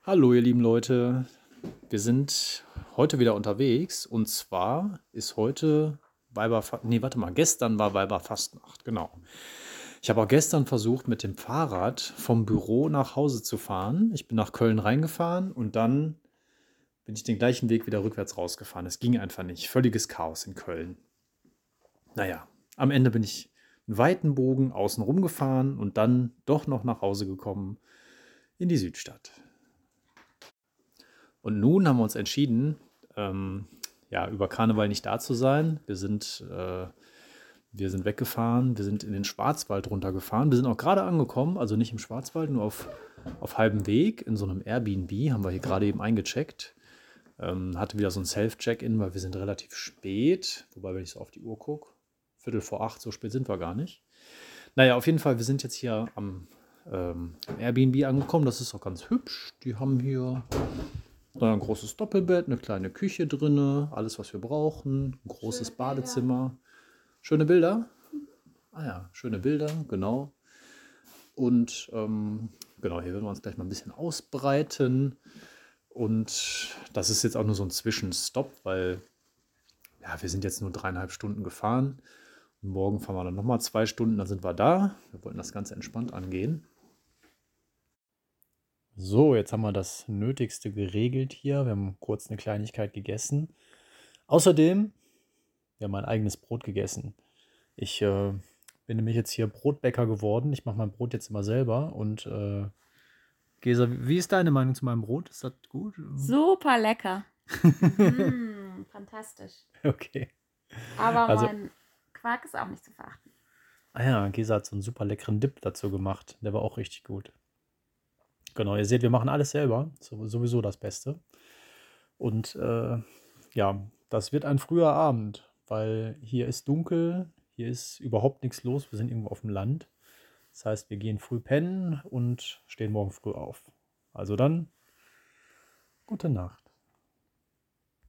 Hallo, ihr lieben Leute. Wir sind heute wieder unterwegs und zwar ist heute gestern war Weiberfastnacht, genau. Ich habe auch gestern versucht, mit dem Fahrrad vom Büro nach Hause zu fahren. Ich bin nach Köln reingefahren und dann bin ich den gleichen Weg wieder rückwärts rausgefahren. Es ging einfach nicht. Völliges Chaos in Köln. Naja, am Ende bin ich einen weiten Bogen außen rum gefahren und dann doch noch nach Hause gekommen in die Südstadt. Und nun haben wir uns entschieden, ja, über Karneval nicht da zu sein. Wir sind weggefahren, wir sind in den Schwarzwald runtergefahren. Wir sind auch gerade angekommen, also nicht im Schwarzwald, nur auf halbem Weg in so einem Airbnb, haben wir hier gerade eben eingecheckt. Hatte wieder so ein Self-Check-In, weil wir sind relativ spät, wobei, wenn ich so auf die Uhr gucke, 7:45, so spät sind wir gar nicht. Naja, auf jeden Fall, wir sind jetzt hier am Airbnb angekommen. Das ist auch ganz hübsch. Die haben hier ein großes Doppelbett, eine kleine Küche drinne, alles, was wir brauchen, ein großes Badezimmer. Schöne Bilder. Ah ja, schöne Bilder, genau. Und genau, hier werden wir uns gleich mal ein bisschen ausbreiten. Und das ist jetzt auch nur so ein Zwischenstopp, weil ja, wir sind jetzt nur 3,5 Stunden gefahren. Und morgen fahren wir dann nochmal 2 Stunden, dann sind wir da. Wir wollten das Ganze entspannt angehen. So, jetzt haben wir das Nötigste geregelt hier. Wir haben kurz eine Kleinigkeit gegessen. Außerdem, wir haben mein eigenes Brot gegessen. Ich bin nämlich jetzt hier Brotbäcker geworden. Ich mache mein Brot jetzt immer selber. Und Gesa, wie ist deine Meinung zu meinem Brot? Ist das gut? Super lecker. Fantastisch. Okay. Aber Also, mein Quark ist auch nicht zu verachten. ah ja, Gesa hat so einen super leckeren Dip dazu gemacht. Der war auch richtig gut. Genau, ihr seht, wir machen alles selber. Sowieso das Beste. Und ja, das wird ein früher Abend, weil hier ist dunkel, hier ist überhaupt nichts los. Wir sind irgendwo auf dem Land. Das heißt, wir gehen früh pennen und stehen morgen früh auf. Also dann, gute Nacht.